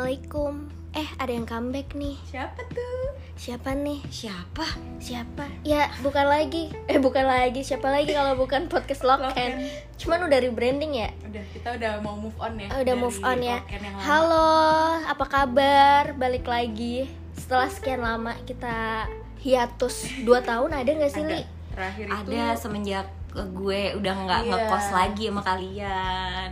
Assalamualaikum. Ada yang comeback nih. Siapa tuh? Siapa nih? Siapa? Ya, bukan lagi. Siapa lagi kalau bukan podcast Loken. Cuman udah rebranding ya? Udah, kita udah mau move on ya. Udah move on ya. Yang lama. Halo, apa kabar? Balik lagi. Setelah sekian lama kita hiatus 2 tahun, ada gak sih, Li? Terakhir itu ada semenjak gue udah nggak ngekos lagi sama kalian.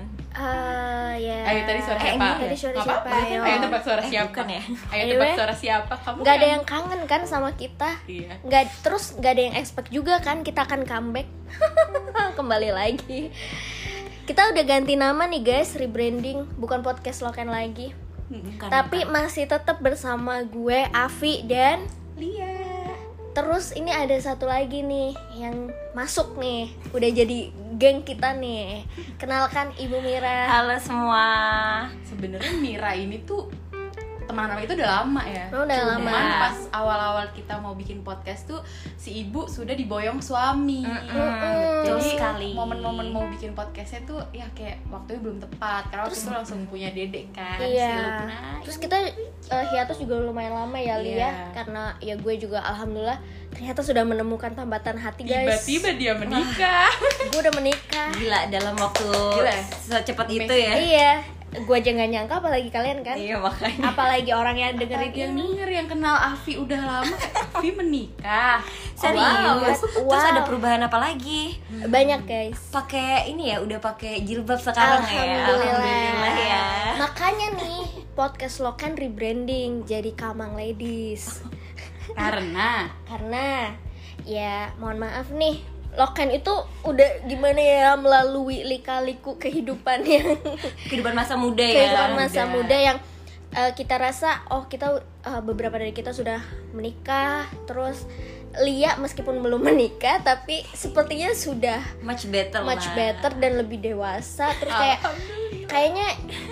Ya. Ayo tadi suara siapa? Tadi suara siapa? Ayo tebak suara siapa? Bukan ya? Ayo tebak suara siapa? Kamu Gak ada kan? yang kangen kan sama kita? Iya. Terus gak ada yang expect juga kan kita akan comeback. Kembali lagi. Kita udah ganti nama nih guys, rebranding, bukan podcast Loken lagi. Bukan, Tapi bukan. masih tetap bersama gue, Avi dan Lia. terus ini ada satu lagi nih yang masuk nih, udah jadi geng kita nih. Kenalkan Ibu Mira. Halo semua. Sebenarnya Mira ini tuh teman lama itu udah lama ya. Oh, udah lama. Cuman pas awal-awal kita mau bikin podcast tuh si ibu sudah diboyong suami. Betul Jadi sekali. momen-momen mau bikin podcastnya tuh ya kayak waktunya belum tepat. Karena waktu itu langsung punya dedek kan. Iya. Si Lukna. Terus kita hiatus juga lumayan lama ya, Lia. Iya. Karena ya gue juga alhamdulillah ternyata sudah menemukan tambatan hati, guys. Tiba-tiba dia menikah. Gue udah menikah. Gila, dalam waktu Gila. secepat itu ya. Iya, gue aja nggak nyangka, apalagi kalian kan. Iya, makanya. Apalagi orang yang dengerin Yang ini. denger yang kenal Avi udah lama, Avi menikah. Serius. Wow. Terus ada perubahan apa lagi? Banyak guys. Pakai ini ya, udah pakai jilbab sekarang ya. Alhamdulillah ya. Makanya nih podcast Loken rebranding jadi Kamang Ladies. Karena Karena ya mohon maaf nih, Loken itu udah gimana ya melalui lika-liku kehidupan yang Kehidupan masa muda ya. kehidupan masa muda. muda yang kita rasa kita beberapa dari kita sudah menikah. Terus Lia meskipun belum menikah tapi sepertinya sudah Much better dan lebih dewasa. Terus kayaknya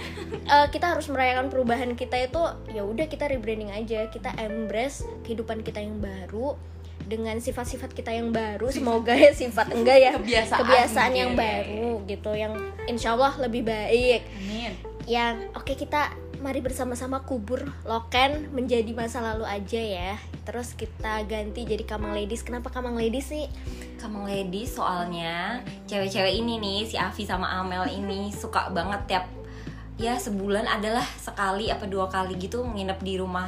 kita harus merayakan perubahan kita itu. Ya udah, kita rebranding aja, kita embrace kehidupan kita yang baru dengan sifat-sifat kita yang baru. Semoga ya sifat enggak ya kebiasaan yang mungkin. baru gitu, yang insyaallah lebih baik. amin. Yang kita mari bersama-sama kubur Loken menjadi masa lalu aja ya. Terus kita ganti jadi Kamang Ladies. Kenapa Kamang Ladies sih? Kamang Ladies soalnya cewek-cewek ini nih, si Avi sama Amel ini suka banget tiap ya sebulan adalah sekali apa 2 kali gitu nginep di rumah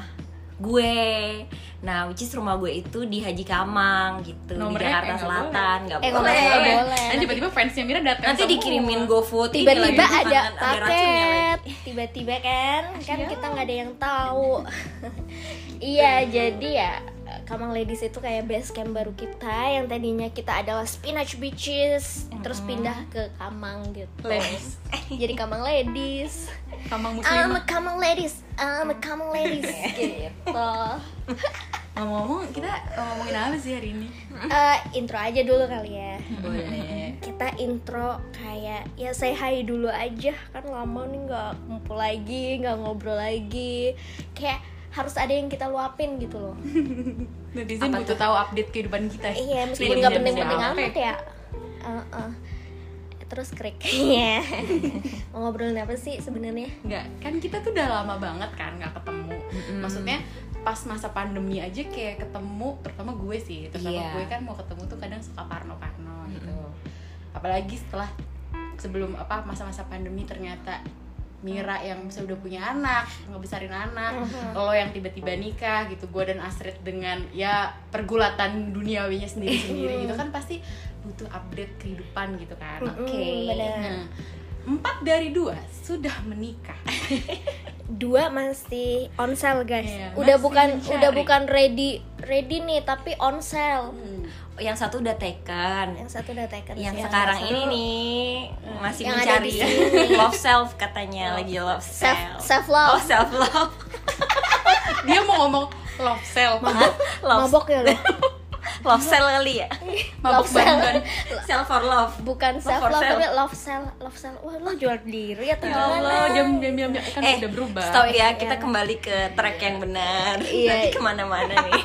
gue. Nah, which is rumah gue itu di Haji Kamang gitu, Nomornya di Jakarta Selatan. Nggak ngomongnya boleh. nggak boleh. Nanti tiba-tiba fansnya Mira datang. Nanti semua. dikirimin GoFood. ini Tiba-tiba lagi ada racunnya lagi. paket, tiba-tiba kan kita nggak ada yang tahu. Iya, jadi ya Kamang Ladies itu kayak base camp baru kita. Yang tadinya kita adalah Spinach Beaches, terus pindah ke Kamang gitu. Ladies. Jadi Kamang Ladies. Kamang I'm muslimah. a Kamang Ladies gitu. Ngomong-ngomong, kita ngomongin apa sih hari ini? Intro aja dulu kali ya. Boleh. Kita intro kayak ya say hi dulu aja, kan lama nih nggak ngumpul lagi, nggak ngobrol lagi. Kayak harus ada yang kita luapin gitu loh. Netizen butuh tahu update kehidupan kita. Iya, meskipun Netizen nggak penting-penting apa? amat ya. Terus krik ya. Mau ngobrolin apa sih sebenarnya? Enggak, kan kita tuh udah lama banget kan nggak ketemu. Maksudnya pas masa pandemi aja kayak ketemu, terutama gue sih, terutama Iya. gue kan mau ketemu tuh kadang suka parno-parno gitu. Apalagi setelah sebelum masa-masa pandemi ternyata Mira yang udah punya anak, ngebesarin anak, lo yang tiba-tiba nikah gitu, gue dan Astrid dengan ya pergulatan duniawinya sendiri-sendiri gitu kan pasti butuh update kehidupan gitu kan. Oke. Benar. Nah, 4 dari 2 sudah menikah. 2 masih on sale guys. Iya, udah masih bukan ready nih, tapi on sale. Yang satu udah taken. Yang satu udah taken. Yang sih, sekarang yang ini satu nih masih yang ada mencari di sini. love self katanya, lagi love self. self love. Oh, self love. Dia mau ngomong love cell, Mabok ya lo. Love self kali ya. mabuk Love cell. ban-ban. Self for love. Bukan self for love sale. tapi love sell. Wah, lo jual diri atau Ya gimana? Allah, jam kan udah berubah. Stop ya, kita kembali ke track yang benar. Iya. Nanti kemana-mana nih.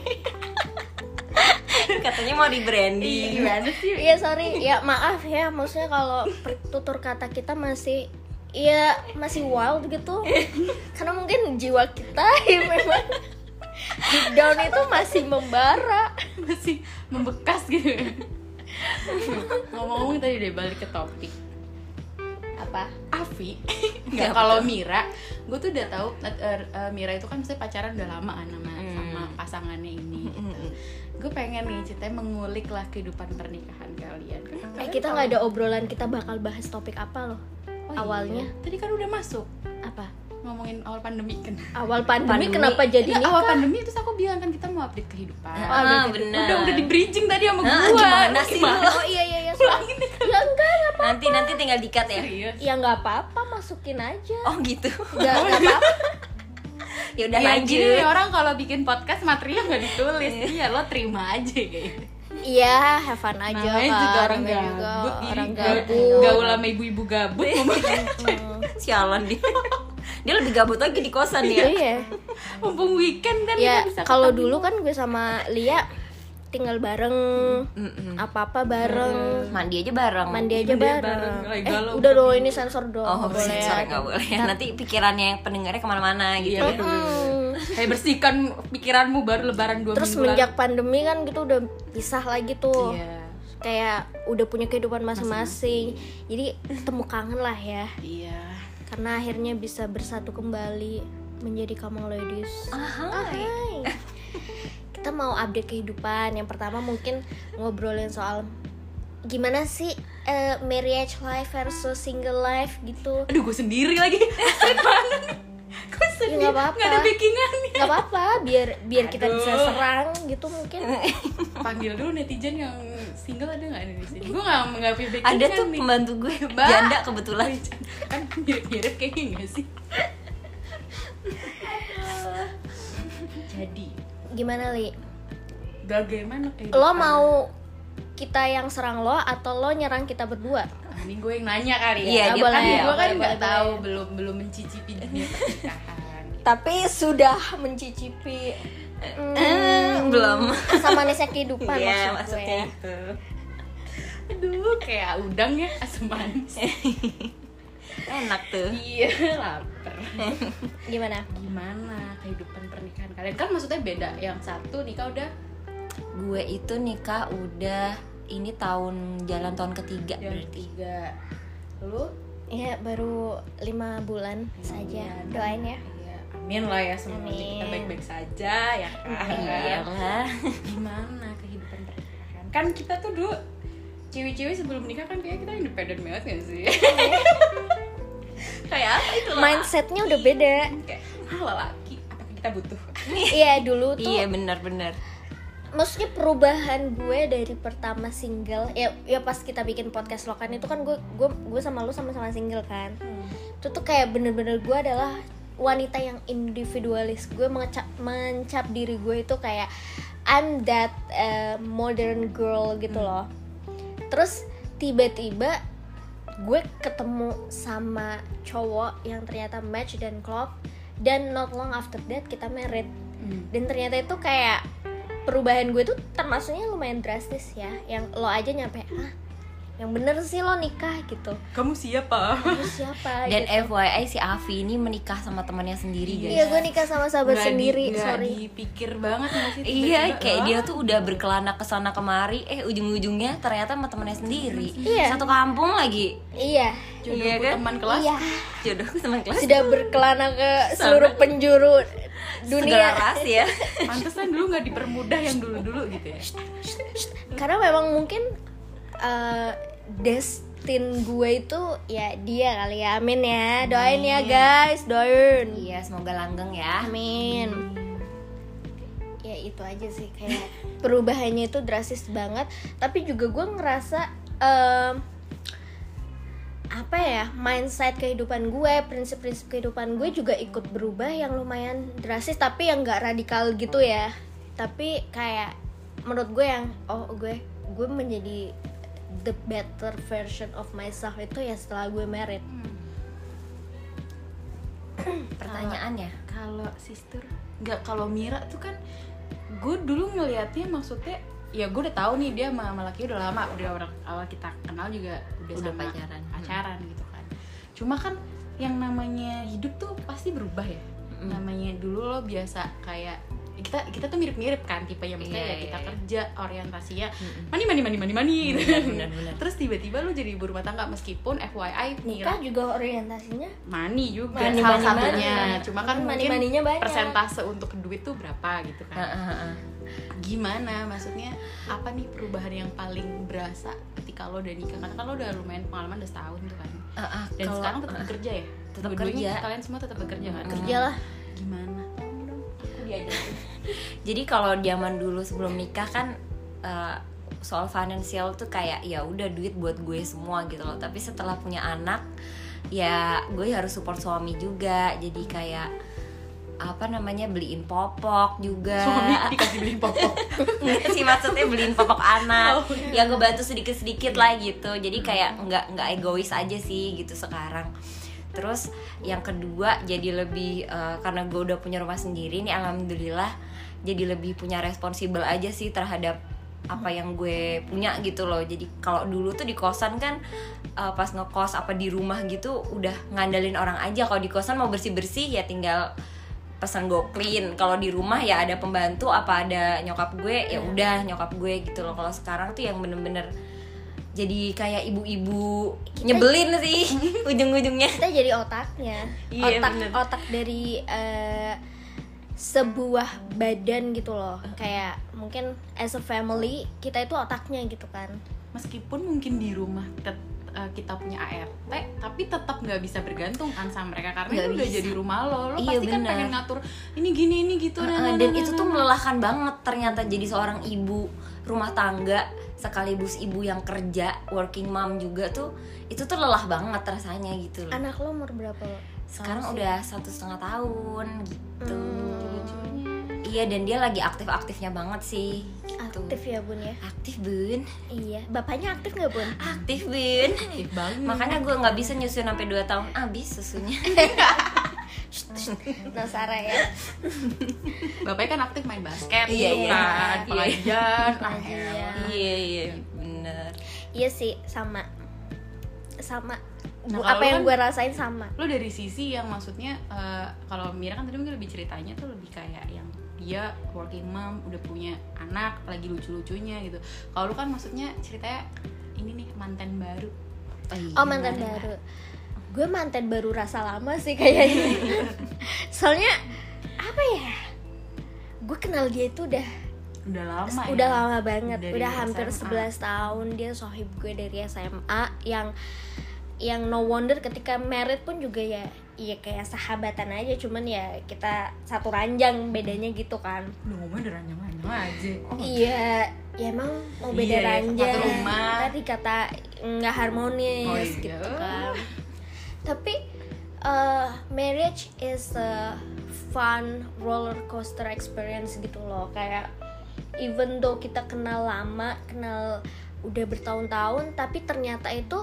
Katanya mau rebranding. Gimana sih? Iya sorry, ya maaf ya, maksudnya kalau tutur kata kita masih ya masih wild gitu. Karena mungkin jiwa kita ya memang deep down itu masih membara, masih membekas gitu. Ngomong-ngomong tadi deh, balik ke topik apa? Afi. Nggak, kalau Mira, gue tuh udah tahu Mira itu kan misalnya pacaran udah lama kan sama pasangannya ini gitu. Gue pengen nih ceritanya mengulik lah kehidupan pernikahan kalian. Kita nggak ada obrolan kita bakal bahas topik apa loh. Awalnya iya. Tadi kan udah masuk apa? ngomongin awal pandemi kan. Awal pandemi kenapa jadi nikah? Awal pandemi terus aku bilang kan kita mau update kehidupan. Bener. Udah di bridging tadi sama gue. Gimana sih lu? Oh iya Ulangin deh. Ya enggak apa-apa. Nanti tinggal di-cut ya. Serius. Ya nggak apa-apa, masukin aja. Oh gitu. Nggak apa-apa. Ya udah Ya, lanjut. gini nih, orang kalau bikin podcast materinya nggak ditulis. Iya, lo terima aja kayak gitu. Iya, have fun aja Namanya kan. juga orang Namanya gabut, juga nih. orang Gaul gabut. sama ibu-ibu gabut ngomongnya. Sialan dia. Dia lebih gabut lagi di kosan dia. Iya. Mumpung weekend kan Ya, kita bisa kalau ketemu. dulu kan gue sama Lia tinggal bareng, apa-apa bareng, Mandi aja bareng. mandi aja Mandi bareng. bareng. Lagi galau. Udah dong, ini sensor dong. Oh, nggak boleh sorry, ya. nggak boleh. Nanti pikirannya yang pendengarnya kemana-mana gitu. Iya, betul. Kayak bersihkan pikiranmu baru lebaran 2 Terus minggu semenjak pandemi kan gitu udah pisah lagi tuh. Iya. Kayak udah punya kehidupan masing-masing. Jadi temu kangen lah ya. Iya. Karena akhirnya bisa bersatu kembali menjadi Kamang Ladies. Hai. Kita mau update kehidupan. Yang pertama mungkin ngobrolin soal gimana sih marriage life versus single life gitu. Aduh, gue sendiri lagi. Set banget nih. Gue sendiri. nggak apa-apa. Nggak ada backingannya. Nggak apa-apa, biar kita bisa Aduh. serang gitu mungkin. Panggil dulu netizen yang single ada nggak nih di sini? Gue nggak punya backingan Ada tuh nih. pembantu gue, Mbak. janda kebetulan. Kan mirip-mirip kayaknya nggak sih? Jadi Gimana Li? bagaimana kehidupan? Lo mau kita yang serang lo atau lo nyerang kita berdua? Ini gue yang nanya kali ya. Iya, dia Kan boleh, gue kan boleh, nggak boleh, tahu, boleh. belum mencicipi dunia pernikahan. Tapi sudah mencicipi Belum. asam manisnya kehidupan Iya, maksud gue maksudnya ya. itu. Aduh, kayak udang ya, asam manis. Enak tuh. Iya, lapar. Gimana? Gimana kehidupan pernikahan kalian? Kan maksudnya beda. Yang satu nikah udah Gue itu nikah udah ini jalan tahun ketiga yang berarti. 3. Lu? Ya baru 5 bulan saja. Doain ya. Iya, amin lah ya, semoga Amin. kita baik-baik saja ya kan. Iyalah. Gimana kehidupan pernikahan? Kan kita tuh dulu cewek-cewek sebelum nikah kan kayak kita independen banget gak sih? Kayak apa itu lah? Mindsetnya udah beda. Kayak lelaki apa kita butuh? Iya dulu tuh. Iya benar-benar. Maksudnya perubahan gue dari pertama single ya pas kita bikin podcast lo kan itu kan gue sama lu sama-sama single kan. Itu tuh kayak bener-bener gue adalah wanita yang individualis. Gue mencap diri gue itu kayak I'm that modern girl gitu loh. Terus tiba-tiba gue ketemu sama cowok yang ternyata match dan klop, dan not long after that kita married. Dan ternyata itu kayak perubahan gue tuh termasuknya lumayan drastis ya. Yang lo aja nyampe yang bener sih lo nikah gitu. Kamu siapa? Kamu siapa? Dan gitu. FYI si Avi ini menikah sama temannya sendiri guys. Iya gue nikah sama sahabat sendiri. Nggak Sorry. dipikir banget nggak sih? Iya, tiba-tiba, kayak "Wah, dia tuh udah berkelana kesana kemari, ujung-ujungnya ternyata sama temannya sendiri. Iya. Satu kampung lagi. Iya. jodohku Iya kan? teman kelas." Iya. Jodohku teman kelas. Sudah berkelana ke seluruh penjuru Segala dunia. ras ya. Pantesan dulu nggak dipermudah yang dulu-dulu gitu ya. Karena memang mungkin destin gue itu ya dia kali ya. Amin ya. Doain ya guys, doain. Iya, semoga langgeng ya. Amin. Ya itu aja sih, kayak perubahannya itu drastis banget. Tapi juga gue ngerasa apa ya, mindset kehidupan gue, prinsip-prinsip kehidupan gue juga ikut berubah yang lumayan drastis, tapi yang nggak radikal gitu ya. Tapi kayak menurut gue yang gue menjadi the better version of myself itu ya setelah gue married. Pertanyaannya, Kalau sister, nggak, kalau Mira tuh kan gue dulu ngelihatnya maksudnya ya gue udah tahu nih dia sama laki udah lama, udah orang awal kita kenal juga udah sama pacaran. gitu kan. Cuma kan yang namanya hidup tuh pasti berubah ya. Namanya dulu lo biasa kayak kita tuh mirip-mirip kan tipenya, maksudnya ya kita kerja orientasinya money gitu. Benar. Terus tiba-tiba lo jadi ibu rumah tangga, meskipun FYI nikah juga orientasinya money juga money, salah money, satunya money. cuma kan mungkin Money-nya banyak. persentase untuk duit tuh berapa gitu kan. Gimana maksudnya apa nih perubahan yang paling berasa ketika lo udah nikah, karena kan lo udah lumayan pengalaman, udah setahun tuh kan. Dan sekarang tetap bekerja ya, tetap dua-duanya kerja. kalian semua tetap bekerja kan. kerja lah. Gimana aku diajarin. Jadi kalau zaman dulu sebelum nikah kan soal finansial tuh kayak ya udah duit buat gue semua gitu loh. Tapi setelah punya anak ya gue harus support suami juga. Jadi kayak apa namanya, beliin popok juga. Suami dikasih beliin popok. Enggak sih, maksudnya beliin popok anak. Ya gue bantu sedikit-sedikit lah gitu. Jadi kayak nggak egois aja sih gitu sekarang. Terus yang kedua jadi lebih karena gue udah punya rumah sendiri nih, alhamdulillah jadi lebih punya responsibel aja sih terhadap apa yang gue punya gitu loh. Jadi kalau dulu tuh di kosan kan pas ngekos apa di rumah gitu udah ngandalin orang aja. Kalau di kosan mau bersih-bersih ya tinggal pesan go clean. Kalau di rumah ya ada pembantu apa ada nyokap gue, ya udah nyokap gue gitu loh. Kalau sekarang tuh yang bener-bener jadi kayak ibu-ibu nyebelin sih ujung-ujungnya. Kita jadi otaknya. Iya, bener. Otak dari sebuah badan gitu loh. Kayak mungkin as a family kita itu otaknya gitu kan. Meskipun mungkin di rumah kita punya ART, tapi tetap nggak bisa bergantung kan sama mereka, karena Nggak itu udah bisa. jadi rumah lo Iya, pasti kan bener. pengen ngatur ini gini ini gitu. Dan itu tuh melelahkan banget ternyata jadi seorang ibu rumah tangga sekaligus ibu yang kerja, working mom juga tuh, itu tuh lelah banget rasanya gitu loh. Anak lo umur berapa lo? Sekarang udah 1,5 tahun gitu. Iya, dan dia lagi aktif-aktifnya banget sih gitu. Aktif ya Bun ya? Aktif Bun. Iya. Bapaknya aktif nggak Bun? Aktif Bun. Aktif banget. Makanya gue nggak bisa nyusuin sampai 2 tahun habis susunya. Nasara ya. Bapaknya kan aktif main basket Iya, gitu iya. kan, Iya. pengajian. Pengajian. Iya bener. Iya sih, sama. Nah, Apa kalau yang kan- gue rasain sama. Lo dari sisi yang maksudnya kalau Mira kan tadi mungkin lebih ceritanya tuh lebih kayak yang dia working mom, udah punya anak, lagi lucu-lucunya gitu. Kalau lo kan maksudnya ceritanya ini nih mantan baru. Oh, mantan baru. Gue mantan baru rasa lama sih kayaknya. Soalnya apa ya? Gue kenal dia itu udah lama ya. udah lama banget. Dari Udah hampir SMA. 11 tahun. Dia sohib gue dari SMA yang no wonder ketika married pun juga ya kayak sahabatan aja, cuman ya kita satu ranjang bedanya gitu kan. Udah ngomongnya udah ranjang-ranjang aja. Iya, ya emang mau beda Iya, ranjang. satu rumah. Tadi kata nggak harmonis Oh, iya. gitu kan. Tapi marriage is a fun roller coaster experience gitu loh. Kayak even though kita kenal lama, kenal udah bertahun-tahun, tapi ternyata itu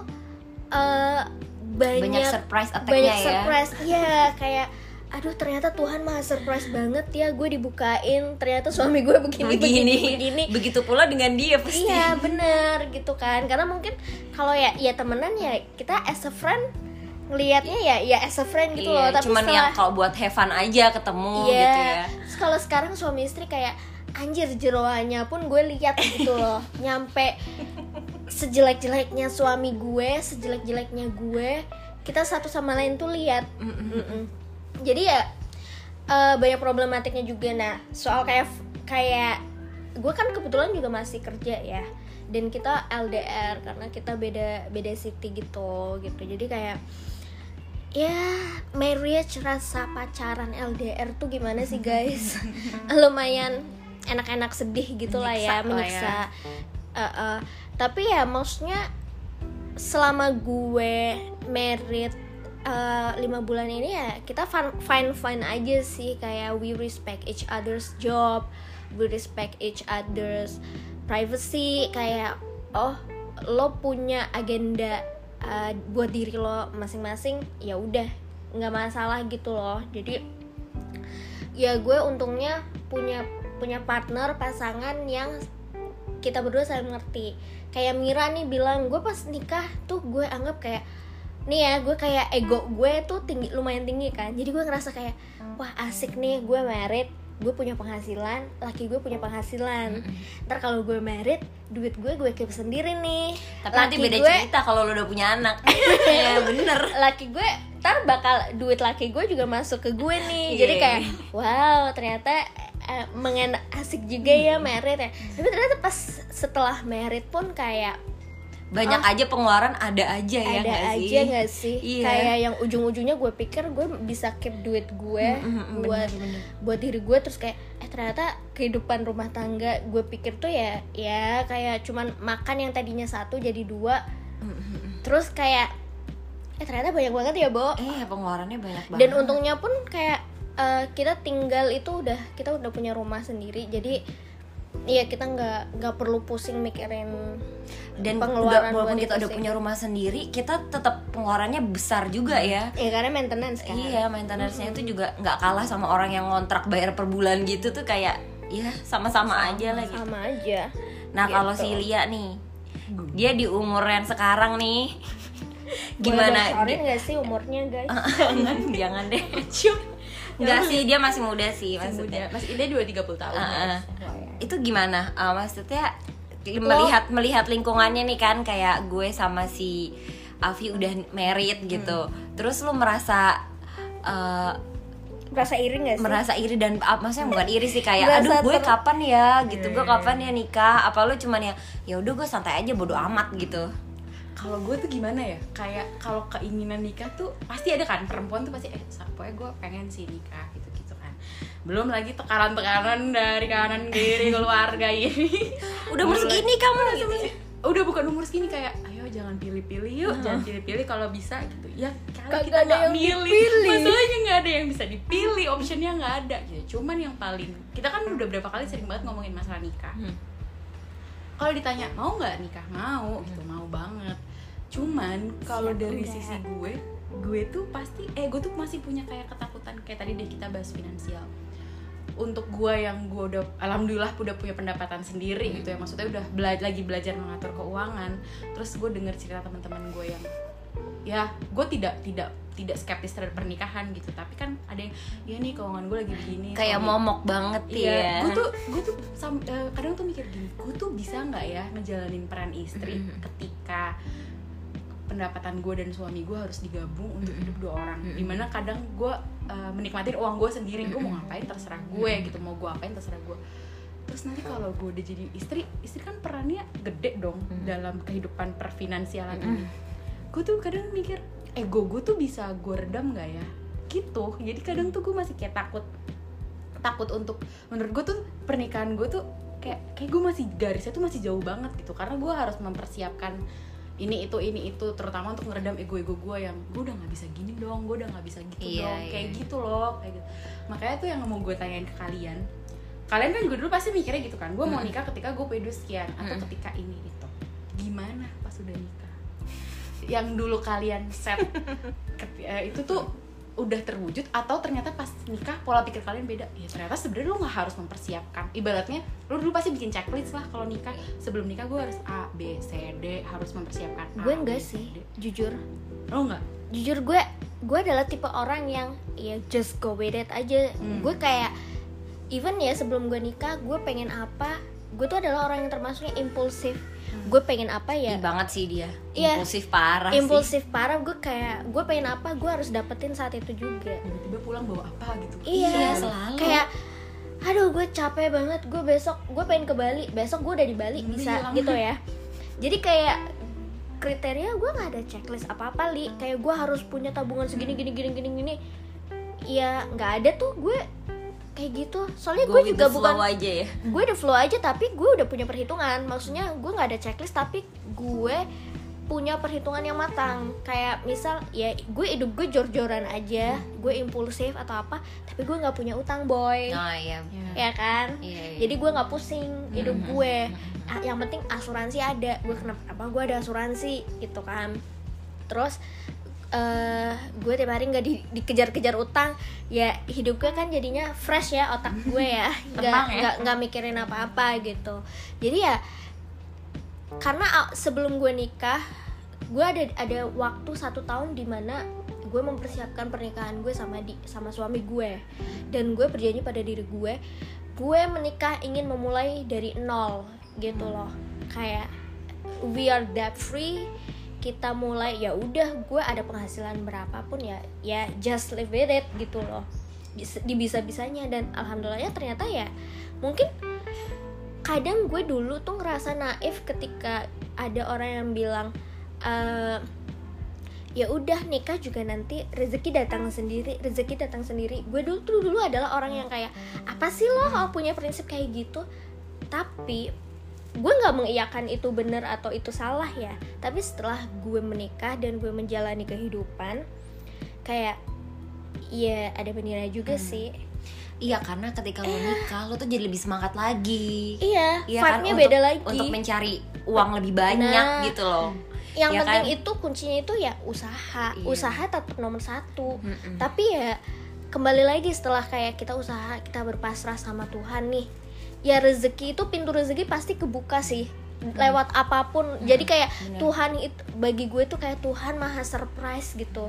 banyak surprise attack-nya banyak ya. surprise. Iya, kayak aduh ternyata Tuhan maha surprise banget ya, gue dibukain ternyata suami gue begini. Begitu pula dengan dia pasti. Iya bener gitu kan, karena mungkin kalau ya temenan ya kita as a friend ngelihatnya ya as a friend gitu loh, tapi cuman setelah yang kalau buat have fun aja ketemu iya, gitu ya. terus kalau sekarang suami istri kayak anjir jeroannya pun gue lihat gitu loh, nyampe sejelek-jeleknya suami gue, sejelek-jeleknya gue, kita satu sama lain tuh lihat. Jadi ya banyak problematiknya juga. Nah soal kayak gue kan kebetulan juga masih kerja ya, dan kita LDR karena kita beda city gitu. Jadi kayak ya marriage rasa pacaran LDR tuh gimana sih guys? Lumayan enak-enak sedih gitulah ya, menyiksa. Tapi ya maksudnya selama gue married 5 bulan ini ya kita fine aja sih. Kayak we respect each other's job, we respect each other's privacy. Kayak oh lo punya agenda buat diri lo masing-masing, ya udah nggak masalah gitu loh. Jadi ya gue untungnya punya partner pasangan yang kita berdua saling ngerti. Kayak Mira nih bilang, gue pas nikah tuh gue anggap kayak nih ya, gue kayak ego gue tuh lumayan tinggi kan, jadi gue ngerasa kayak wah asik nih gue married, gue punya penghasilan, laki gue punya penghasilan. Ntar kalau gue married, duit gue keep sendiri nih. Tapi nanti beda cerita kalau lo udah punya anak. Ya bener. Laki gue ntar bakal duit laki gue juga masuk ke gue nih. Jadi kayak wow ternyata asik juga ya married ya. Tapi ternyata pas setelah married pun kayak banyak aja pengeluaran ada aja ya ada aja nggak sih? Iya. Kayak yang ujung-ujungnya gue pikir gue bisa keep duit gue buat diri gue, terus kayak ternyata kehidupan rumah tangga gue pikir tuh ya kayak cuman makan yang tadinya 1 jadi 2. Terus kayak ternyata banyak banget ya, Bo. Pengeluarannya banyak banget. Dan untungnya pun kayak kita tinggal itu kita udah punya rumah sendiri, jadi iya kita nggak perlu pusing mikirin dan pengeluaran. Walaupun kita udah punya rumah sendiri, kita tetap pengeluarannya besar juga ya. Iya karena maintenance kan. Iya, maintenance-nya itu juga nggak kalah sama orang yang ngontrak bayar per bulan gitu tuh, kayak ya sama-sama aja lah gitu. Sama aja. Nah gitu. kalau si Lia nih, dia di umur yang sekarang nih, gimana? Boleh nggak sih umurnya guys? Jangan deh. Enggak sih, dia masih muda sih maksudnya. Masih dia 30 tahun. Itu gimana? Maksudnya melihat lingkungannya nih kan, kayak gue sama si Afi udah married gitu. Terus lu merasa iri nggak sih? Merasa iri dan maksudnya bukan iri sih, kayak Berasa aduh gue kapan ya gitu, gue kapan ya nikah? Apa lu cuman ya udah gue santai aja bodo amat gitu? Kalau gue tuh gimana ya, kayak kalau keinginan nikah tuh pasti ada kan, perempuan tuh pasti pokoknya gue pengen sih nikah gitu kan. Belum lagi tekanan dari kanan kiri keluarga ini. Udah umur segini kamu gitu. Udah bukan umur segini, kayak ayo jangan pilih-pilih yuk, jangan pilih-pilih kalau bisa gitu. Ya kalau kita ada nggak yang milih, dipilih. masalahnya nggak ada yang bisa dipilih, optionnya nggak ada gitu. Cuman yang paling, kita kan udah berapa kali sering banget ngomongin masalah nikah. Kalau ditanya mau nggak nikah, mau gitu, mau banget. Cuman kalau dari sisi gue tuh pasti gue tuh masih punya kayak ketakutan, kayak tadi deh kita bahas finansial. Untuk gue yang gue udah alhamdulillah udah punya pendapatan sendiri gitu ya, maksudnya udah lagi belajar mengatur keuangan. Terus gue denger cerita teman-teman gue yang ya gue tidak skeptis terhadap pernikahan gitu, tapi kan ada yang ya nih keuangan gue lagi begini, kayak momok banget ya. Gue tuh kadang tuh mikir gini, gue tuh bisa nggak ya ngejalanin peran istri ketika pendapatan gue dan suami gue harus digabung untuk hidup 2 orang. Dimana kadang gue menikmatin uang gue sendiri, gue mau ngapain terserah gue gitu, mau gue apain terserah gue. Terus nanti kalau gue udah jadi istri kan perannya gede dong dalam kehidupan perfinansialan ini. Gue tuh kadang mikir ego gue tuh bisa gue redam nggak ya gitu. Jadi kadang tuh gue masih kayak takut untuk, menurut gue tuh pernikahan gue tuh kayak gue masih garisnya tuh masih jauh banget gitu, karena gue harus mempersiapkan ini itu terutama untuk ngeredam ego gue yang gue udah nggak bisa gini dong, gue udah nggak bisa gitu kayak gitu loh, kayak gitu. Makanya tuh yang mau gue tanyain ke kalian kan gue dulu pasti mikirnya gitu kan, gue mau nikah ketika gue punya duit sekian atau ketika ini itu. Gimana pas udah nikah? Yang dulu kalian set itu tuh udah terwujud atau ternyata pas nikah pola pikir kalian beda? Ya ternyata sebenarnya lu nggak harus mempersiapkan. Ibaratnya lu dulu pasti bikin checklist lah, kalau nikah sebelum nikah gue harus A, B, C, D, harus mempersiapkan. Gue enggak sih, jujur. Lo enggak? Jujur gue adalah tipe orang yang ya just go with it aja. Gue kayak even ya sebelum gue nikah gue pengen apa, gue tuh adalah orang yang termasuknya impulsif. Gue pengen apa ya banget sih dia, impulsif parah. Gue kayak gue pengen apa gue harus dapetin saat itu juga. Tiba-tiba pulang bawa apa gitu. Iya selalu kayak aduh gue capek banget, gue besok gue pengen ke Bali, besok gue udah di Bali bisa gitu ya. Jadi kayak kriteria gue nggak ada checklist apa-apa li, kayak gue harus punya tabungan segini gini ya nggak ada tuh gue kayak gitu. Soalnya gue juga bukan aja ya. Gue udah flow aja, tapi gue udah punya perhitungan. Maksudnya gue nggak ada checklist, tapi gue punya perhitungan yang matang. Kayak misal ya gue hidup gue jor-joran aja, gue impulsif atau apa, tapi gue nggak punya utang boy. Ya kan. Jadi gue nggak pusing hidup gue. Yang penting asuransi ada. Gue kenapa gue ada asuransi gitu kan. Terus gue tiap hari nggak dikejar-kejar utang, ya hidup gue kan jadinya fresh ya, otak gue ya nggak mikirin apa-apa gitu. Jadi ya karena sebelum gue nikah gue ada waktu 1 tahun dimana gue mempersiapkan pernikahan gue sama suami gue, dan gue berjanji pada diri gue menikah ingin memulai dari nol gitu loh, kayak we are debt free, kita mulai ya udah, gue ada penghasilan berapapun ya just live with it gitu loh, di bisa-bisanya. Dan alhamdulillahnya ternyata ya mungkin kadang gue dulu tuh ngerasa naif ketika ada orang yang bilang ya udah nikah juga nanti rezeki datang sendiri. Gue dulu adalah orang yang kayak apa sih lo punya prinsip kayak gitu, tapi gue nggak mengiyakan itu benar atau itu salah ya. Tapi setelah gue menikah dan gue menjalani kehidupan, kayak ya ada benernya juga sih. Iya, karena ketika lo nikah lo tuh jadi lebih semangat lagi. Iya, vibe-nya kan? beda lagi untuk mencari uang lebih banyak gitu loh. Yang ya penting kan? itu kuncinya itu ya usaha. Iya. Usaha tetap nomor 1. Tapi ya kembali lagi setelah kayak kita usaha, kita berpasrah sama Tuhan nih, ya rezeki itu, pintu rezeki pasti kebuka sih lewat apapun. Jadi kayak bener. Tuhan itu bagi gue tuh kayak Tuhan maha surprise gitu.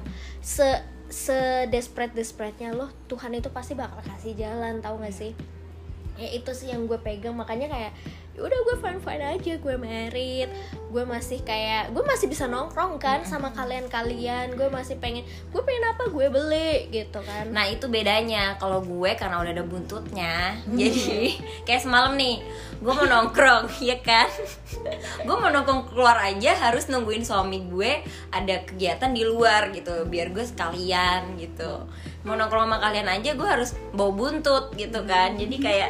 Desperate-nya loh, Tuhan itu pasti bakal kasih jalan, tahu gak sih? Ya itu sih yang gue pegang. Makanya kayak ya udah, gue fine aja, gue married, gue masih bisa nongkrong kan sama kalian, gue masih pengen apa gue beli gitu kan. Nah itu bedanya, kalau gue karena udah ada buntutnya, jadi kayak semalam nih gue mau nongkrong ya kan, gue mau nongkrong keluar aja harus nungguin suami gue ada kegiatan di luar gitu, biar gue sekalian gitu. Mau nongkrong sama kalian aja gue harus bawa buntut gitu kan. Jadi kayak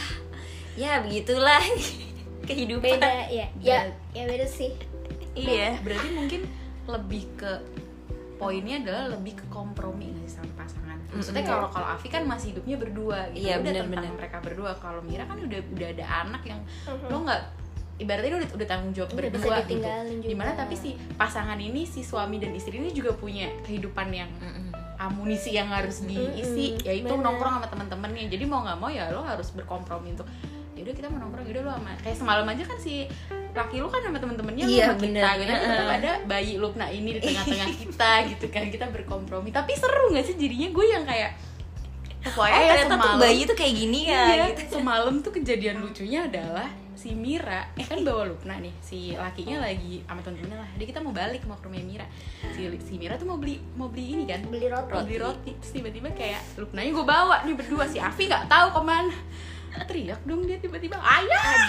ya begitulah kehidupan. Beda ya beda sih. Iya. Berarti mungkin lebih ke poinnya adalah lebih ke kompromi nggak sih sama pasangan. Maksudnya kalau Afi kan masih hidupnya berdua gitu. Iya, udah bener. tentang mereka berdua. Kalau Mira kan udah ada anak yang lo nggak, ibaratnya udah tanggung jawab Udah bisa berdua gitu. ditinggalin juga. Dimana tapi si pasangan ini, si suami dan istri ini juga punya kehidupan yang amunisi yang harus diisi, yaitu bener. nongkrong sama teman-temannya. Jadi mau nggak mau ya lo harus berkompromi untuk ya udah kita mau nongkrong, yaudah lo sama kayak semalam aja kan si laki lu kan sama temen-temennya Iya, sama kita gitu. Tapi tetap ada bayi Lupna ini di tengah-tengah kita gitu kan, kita berkompromi. Tapi seru nggak sih jadinya? Gue yang kayak pokoknya ya ternyata tuh bayi tuh kayak gini ya gitu. Semalam tuh kejadian lucunya adalah si Mira kan bawa Lupna nih, si lakinya lagi sama temen-temennya lah. Jadi kita mau balik mau ke rumah Mira. Si Mira tuh mau beli ini kan, Beli roti. Terus tiba-tiba kayak Lupnanya gue bawa nih berdua, si Afi nggak tahu kemana. Teriak dong dia tiba-tiba, ayah.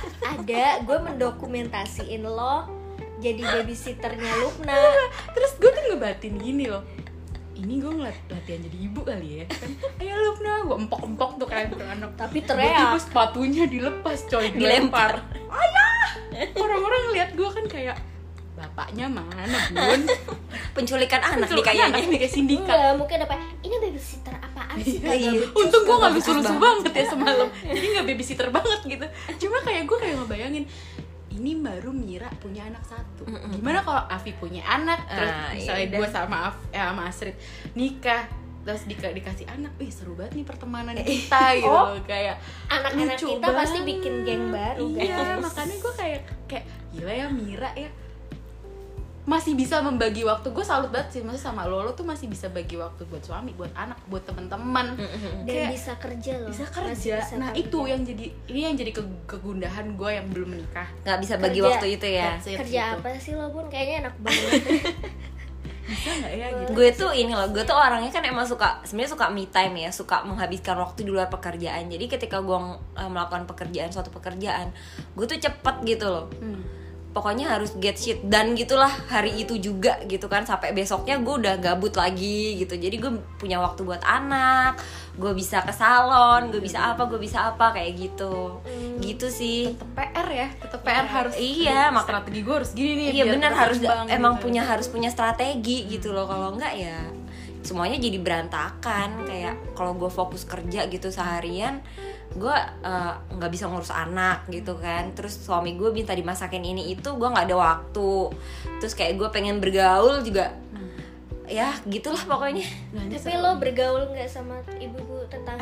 Ada gue mendokumentasiin lo jadi babysitternya Lupna. Terus gue tuh ngebatin gini loh, ini gue latihan jadi ibu kali ya kan. Ayo Lupna, gue empok-empok tuh kayak anak. Tapi tiba-tiba teriak. sepatunya dilepas coy, dilempar. Ayah. Orang-orang ngeliat gue kan kayak, bapaknya mana bun? Penculikan anak nih Kayaknya kayaknya. nih kayak sindikat. Enggak, mungkin apa? Ini babysitter apaan sih? Untung gue gak lusu-lusu banget ya semalam. Jadi gak babysitter banget gitu. Cuma kayak gue kayak ngebayangin, ini baru Mira punya anak 1. Gimana kalau Afi punya anak, terus misalnya gue sama Astrid nikah, terus dikasih anak, seru banget nih pertemanan kita gitu loh. Kayak Anak-anak lucu kita pasti banget. bikin geng baru Iya, guys. makanya gue kayak gila ya Mira ya, masih bisa membagi waktu. Gue salut banget sih, maksudnya sama lo tuh masih bisa bagi waktu buat suami, buat anak, buat teman-teman, Dan kayak bisa kerja loh. bisa Masih kerja. bisa Nah kerja. itu yang jadi kegundahan gue yang belum menikah. Nggak bisa bagi Kerja. waktu itu ya. That's it, Kerja gitu. apa sih lo Bun? Kayaknya enak banget. Bisa nggak ya gitu? Gue tuh gue tuh orangnya kan emang sebenarnya suka me time ya, suka menghabiskan waktu di luar pekerjaan. Jadi ketika gue melakukan suatu pekerjaan, gue tuh cepet gitu loh. Pokoknya harus get shit done gitulah hari itu juga gitu kan, sampai besoknya gue udah gabut lagi gitu. Jadi gue punya waktu buat anak, gue bisa ke salon, gue bisa apa kayak gitu. Gitu sih. Tetep PR ya, tetep PR harus. Iya, strategi gue harus gini nih. Iya biar benar, harus berkembang emang gitu. harus punya strategi gitu loh. Kalau enggak ya semuanya jadi berantakan. Kayak kalau gue fokus kerja gitu seharian, gue nggak bisa ngurus anak gitu kan. Terus suami gue minta dimasakin ini itu, gue nggak ada waktu. Terus kayak gue pengen bergaul juga, ya gitulah pokoknya. Nah, ini Tapi seru. lo bergaul nggak sama ibu-ibu tetangga?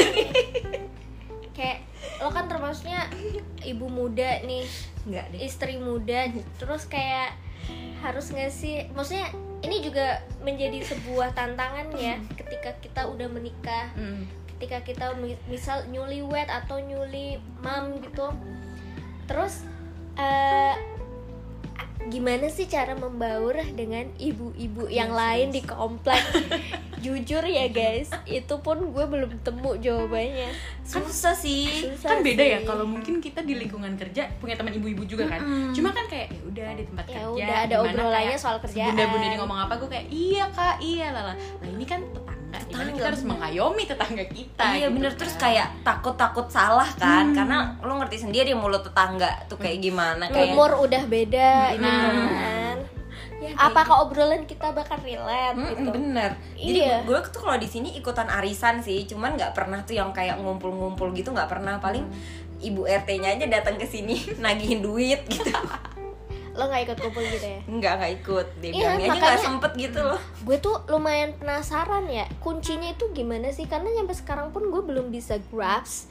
Kayak lo kan termasuknya ibu muda nih, Enggak deh. istri muda, terus kayak harus ngasih, maksudnya ini juga menjadi sebuah tantangan ya ketika kita udah menikah, ketika kita misal newlywed atau newly mom gitu. Terus gimana sih cara membaur dengan ibu-ibu yang lain di komplek? Jujur ya guys, itu pun gue belum temu jawabannya. Susah sih. Susah Kan beda sih. ya, kalau mungkin kita di lingkungan kerja punya teman ibu-ibu juga kan. Cuma kan kayak ya udah di tempat Ya kerja udah, ada gimana obrolannya kayak soal kerjaan. Bunda-bunda ini ngomong apa gue kayak iya kak, iya lah. Nah ini kan tetangga, gimana kita harus mengayomi tetangga kita. Iya gitu bener, kan. terus kayak takut salah kan, karena lo ngerti sendiri mulut tetangga tuh kayak gimana, kayak Umur udah beda gitu Nah. kan. Ya, kayak Apakah obrolan kita bakal relate gitu? bener. Jadi Iya. gue tuh kalau di sini ikutan arisan sih, cuman nggak pernah tuh yang kayak ngumpul-ngumpul gitu, nggak pernah. Paling ibu RT-nya aja datang ke sini nagihin duit gitu. Lo nggak ikut kumpul gitu ya? Nggak ikut, dia Iya, bilangnya aja nggak makanya- sempet gitu loh. Gue tuh lumayan penasaran ya, kuncinya itu gimana sih? Karena sampai sekarang pun gue belum bisa grasp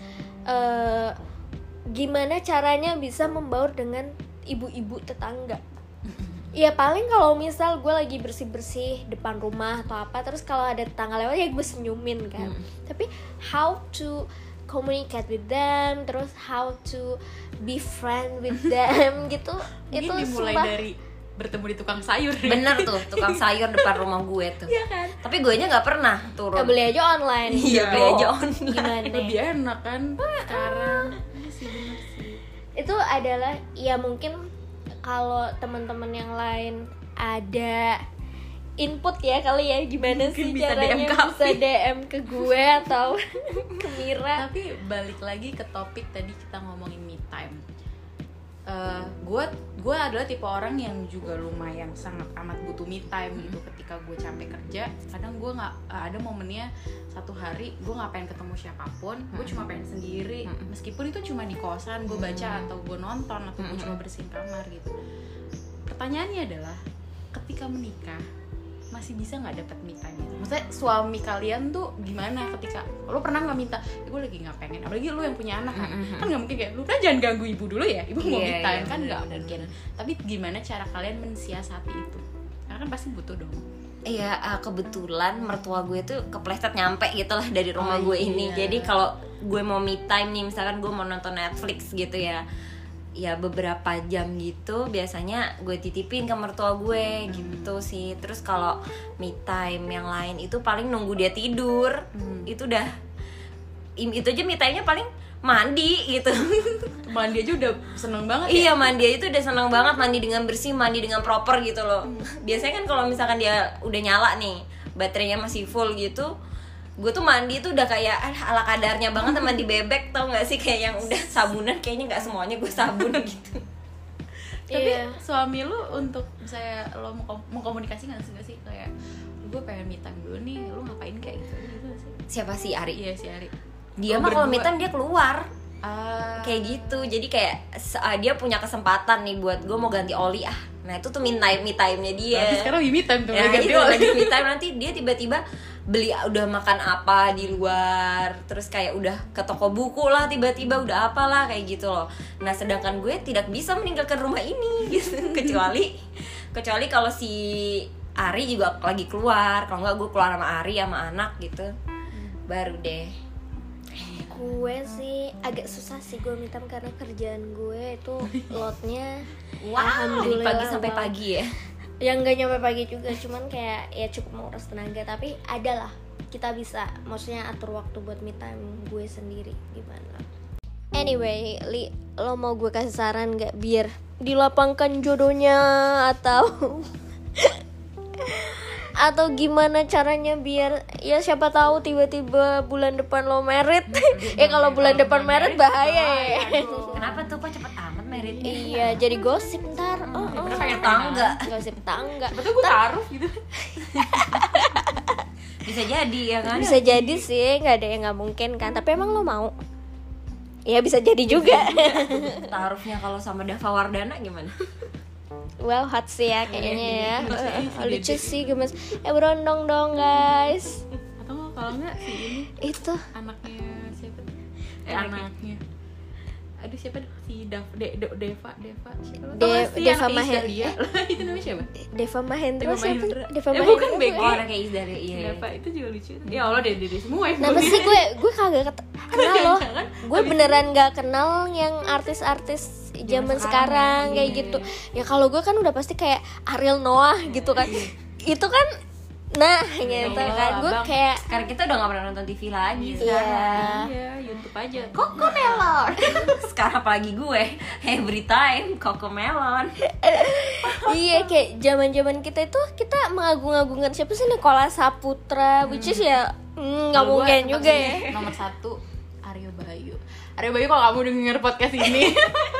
gimana caranya bisa membaur dengan ibu-ibu tetangga. Ya paling kalau misal gue lagi bersih-bersih depan rumah atau apa, terus kalau ada tetangga lewat ya gue senyumin kan. Tapi how to communicate with them, terus how to be friend with them gitu, itu Mungkin dimulai sumpah dari bertemu di tukang sayur. Bener tuh, tukang sayur depan rumah gue tuh. Iya kan? Tapi gue nya nggak pernah turun. ya, beli aja online. Iya, beli aja Oh, online. Gimana? Lebih enak kan sekarang. Iya sih bener sih. Itu adalah ya mungkin kalau teman-teman yang lain ada input ya kali ya, gimana Mungkin sih bisa caranya DM ke bisa Afi. DM ke gue atau ke Mira. Tapi balik lagi ke topik tadi kita ngomongin me time. Gue adalah tipe orang yang juga lumayan sangat amat butuh me time gitu. Ketika gue capek kerja, kadang gue nggak ada momennya satu hari gue nggak pengen ketemu siapapun, gue cuma pengen sendiri. Meskipun itu cuma di kosan, gue baca atau gue nonton atau gue cuma bersihin kamar gitu. Pertanyaannya adalah, ketika menikah masih bisa nggak dapat me time gitu? Maksudnya suami kalian tuh gimana ketika lo pernah nggak minta, gue lagi nggak pengen, apalagi lo yang punya anak kan, kan nggak mungkin kayak lu kan jangan ganggu ibu dulu ya, ibu mau me Iya, time iya, kan bener, nggak bener, mungkin. Tapi gimana cara kalian mensiasati itu? Karena kan pasti butuh dong. Iya, kebetulan mertua gue tuh kepleset nyampe gitu lah dari rumah Oh, gue iya. ini. Jadi kalau gue mau me time nih, misalkan gue mau nonton Netflix gitu ya, ya beberapa jam gitu biasanya gue titipin ke mertua gue gitu sih. Terus kalau me time yang lain itu paling nunggu dia tidur. Itu udah itu aja me time-nya paling mandi gitu. Mandi aja udah seneng banget ya. Iya, mandi itu udah seneng banget, mandi dengan bersih, mandi dengan proper gitu loh. Biasanya kan kalau misalkan dia udah nyala nih, baterainya masih full gitu, gue tuh mandi tuh udah kayak ala kadarnya banget, mandi bebek, tau gak sih, kayak yang udah sabunan, kayaknya nggak semuanya gue sabun gitu. Tapi Iya. suami lu untuk misalnya lo mau komunikasi nggak sih kayak gue pengen me time dulu nih, lu ngapain kayak gitu nggak sih? Siapa sih Ari? Iya si Ari. Dia Lo mah kalau me berdua. time dia keluar kayak Kayak gitu. Jadi kayak dia punya kesempatan nih buat gue mau ganti oli nah itu tuh me time-nya dia. Tapi sekarang lagi me time tuh, Ya, lagi ganti itu oli. lagi me time, nanti dia tiba-tiba beli udah makan apa di luar, terus kayak udah ke toko buku lah, tiba-tiba udah apalah kayak gitu loh. Nah sedangkan gue tidak bisa meninggalkan rumah ini gitu. kecuali kalau si Ari juga lagi keluar, kalau nggak gue keluar sama Ari sama anak gitu, baru deh. Gue sih agak susah sih gue minta karena kerjaan gue itu lotnya Dari pagi sampai wow. pagi ya. Yang nggak nyampe pagi juga, cuman kayak ya cukup menguras tenaga, tapi adalah kita bisa maksudnya atur waktu buat me time gue sendiri gimana. Anyway, Li, lo mau gue kasih saran nggak biar dilapangkan jodohnya atau gimana caranya biar ya siapa tahu tiba-tiba bulan depan lo merit. Kalau bulan depan merit bahaya ya. Kenapa tuh kok cepet amat meritnya? Iya, jadi gosip ntar. Pengen tangga. Gosip tangga. Betul gue taruh gitu. Bisa jadi ya kan? Bisa jadi sih, nggak ada yang nggak mungkin kan. Tapi emang lo mau? Ya bisa jadi juga. Taruhnya kalau sama Dava Wardana gimana? Well, hot sih ya kayaknya ya. Gemes Lucu sih, gemes. Berondong dong guys. Atau kalau enggak si ini Itu anaknya siapa tuh? Anaknya. aduh siapa si Deva siapa lo? Deva Mahendra. Itu namanya siapa? Deva Mahendra Deva siapa? Mahendra. Deva Bukan Mahendra. Bego. Oh, orang kayak Isdari. Iya. Deva itu juga lucu. Ya Allah deh semua yang Kenapa sih gue kagak kenal loh. Jangan. Gue beneran gak kenal yang artis-artis zaman sekarang kayak iya. gitu. Ya kalau gue kan udah pasti kayak Ariel Noah gitu kan. Itu kan nah gitu kan. Gue abang. kayak Karena kita udah gak pernah nonton TV lagi Iya. sekarang. Iya, YouTube aja. Cocomelon. Sekarang apalagi gue every time Cocomelon. iya kayak zaman-zaman kita itu kita mengagung-agungkan siapa sih Nicola Saputra which is ya nggak Kalau gua mungkin tempat juga sini, ya. Nomor 1 Aryo Bayu. Aryo Bayu kalau kamu denger podcast ini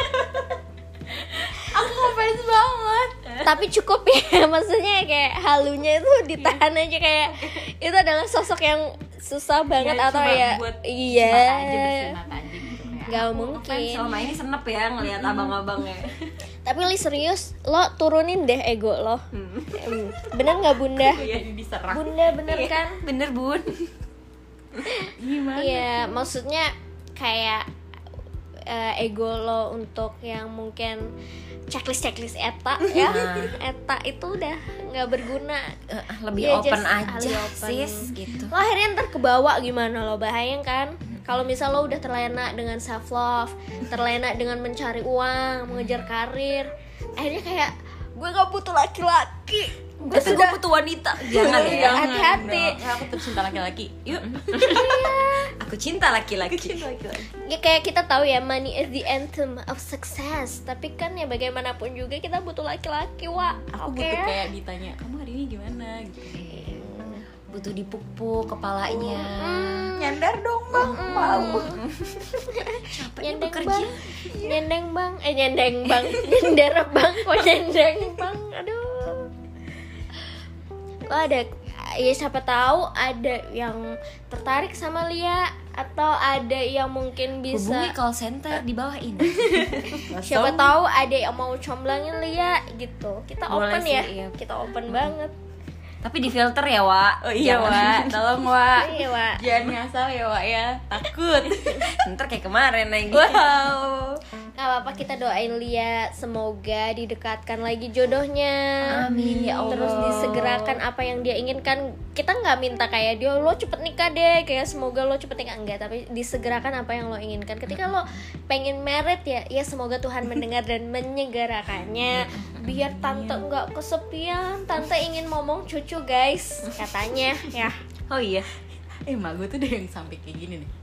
aku ngefans banget. Tapi cukup ya maksudnya kayak halunya itu ditahan aja kayak itu adalah sosok yang susah banget Ya, atau cuma ya buat iya mata aja, bersihin mata aja gitu kayak. nggak Fans mungkin. selama ini senep ya ngelihat abang-abangnya. Tapi li serius lo turunin deh ego lo. Bener nggak bunda? Iya, diserang. Bunda bener kan? Bener bun. Gimana? Iya maksudnya kayak ego lo untuk yang mungkin checklist eta ya eta itu udah nggak berguna. Lebih Iya, open just aja lebih open. sis gitu. Lo akhirnya ntar kebawa gimana lo bayang kan kalau misal lo udah terlena dengan self love, terlena dengan mencari uang, mengejar karir, akhirnya kayak gue gak butuh laki-laki, gue Tapi gue sudah butuh wanita. Jangan ya. hati-hati. Aku tercinta laki-laki. Yuk. Aku cinta laki-laki. Ya kayak kita tahu ya money is the anthem of success, tapi kan ya bagaimanapun juga kita butuh laki-laki Wak. Aku Oke? butuh kayak ditanya, "Kamu hari ini gimana?" gitu. Butuh dipuk-puk kepalanya. Nyandar dong, Bang. Mau. Nyendeng bekerja. bang, nyendeng bang, nyendeng bang, nyender bang, kok nyendeng bang, aduh. Lo ada, ya siapa tahu ada yang tertarik sama Lia atau ada yang mungkin Hubungi bisa, call center di bawah ini. siapa tahu ada yang mau comblangin Lia gitu. Kita Boleh open sih, ya, iya. kita open banget. Tapi di filter ya, Wak. Oh iya, Jangan. Wak. Tolong, Wak. Iya Wak. Jangan ngasal ya, Wak ya. Takut. Ntar kayak kemarin lagi. Wow. Gak apa-apa, kita doain Lia semoga didekatkan lagi jodohnya. Amin ya Allah. Terus disegerakan apa yang dia inginkan. Kita nggak minta kayak dia lo cepet nikah deh, kayak semoga lo cepet nikah, enggak, tapi disegerakan apa yang lo inginkan. Ketika lo pengen married ya semoga Tuhan mendengar dan menyegerakannya. Biar tante nggak kesepian, tante ingin ngomong cucu guys, katanya ya. Oh iya. Mak gue tuh udah yang sampai kayak gini nih.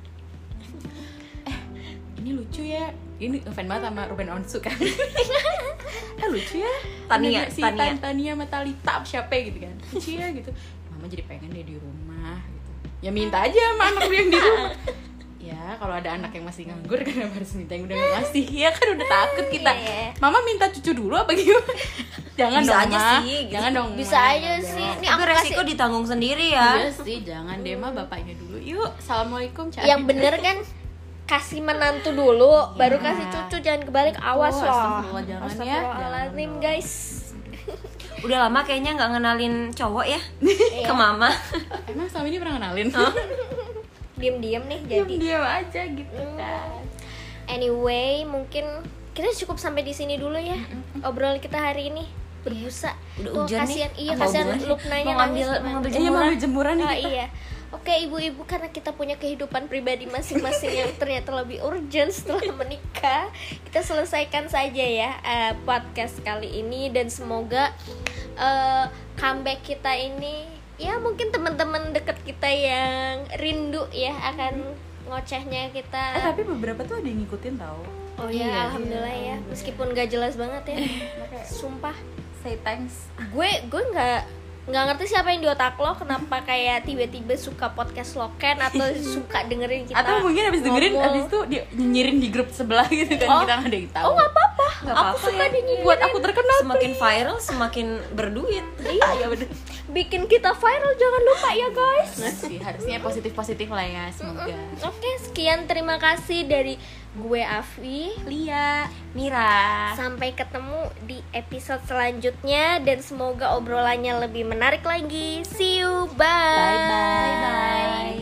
Ini lucu ya. Ini ngefans banget sama Ruben Onsu kan. Lucu ya. Tania, Si Tania. Tania sama Talita siapa gitu kan. Lucu ya gitu. Mama jadi pengen deh di rumah gitu. Ya minta aja sama anak gue yang di rumah. Ya kalau ada anak yang masih nganggur kenapa harus minta yang udah gak ngasih. Ya kan udah takut kita. Iya. Mama minta cucu dulu apa gimana? Jangan Bisa dong, aja Ma. sih, gitu. Jangan dong. Bisa Ma. aja sih. Ini Tapi aku resiko kasih ditanggung sendiri ya. Iya sih, jangan deh mah bapaknya dulu. Yuk, assalamualaikum. Cari. yang bener kan kasih menantu dulu, baru kasih cucu, jangan kebalik, awas loh. Astagfirullah, jangan ya. Astagfirullahaladzim, guys. Udah lama kayaknya nggak ngenalin cowok ya Iya. ke mama. Emang sama ini pernah kenalin? Diem-diem nih jadi. Diam aja gitu kan. Anyway, mungkin kita cukup sampai di sini dulu ya. Obrolan kita hari ini berbusa. Udah Tuh, hujan nih. kasihan, iya Apa kasihan hubungannya? Lupnanya Mau ngambil nangis. Iya, mau ambil jemuran nih Oh, kita. iya. Oke ibu-ibu, karena kita punya kehidupan pribadi masing-masing yang ternyata lebih urgent setelah menikah, kita selesaikan saja ya podcast kali ini, dan semoga comeback kita ini ya mungkin teman-teman deket kita yang rindu ya akan ngocehnya kita. Tapi beberapa tuh ada yang ngikutin tau. Oh ya, alhamdulillah ya, meskipun gak jelas banget ya, sumpah. Say thanks. Gue nggak ngerti siapa yang di otak lo, kenapa kayak tiba-tiba suka podcast Loken atau suka dengerin kita Atau mungkin abis dengerin, ngomong. abis itu dia nyinyirin di grup sebelah gitu kan. Oh. Kita gak ada yang tahu. Oh nggak apa-apa, Nggak aku apa-apa suka ya. dinyinyirin. Buat aku terkenal. Semakin viral semakin berduit. Iya bener, bikin kita viral, jangan lupa ya guys. Sih, harusnya positif-positif lah ya, semoga. Oke, sekian, terima kasih dari gue Afi, Lia, Mira. sampai ketemu di episode selanjutnya, dan semoga obrolannya lebih menarik lagi. See you, bye. Bye-bye. Bye.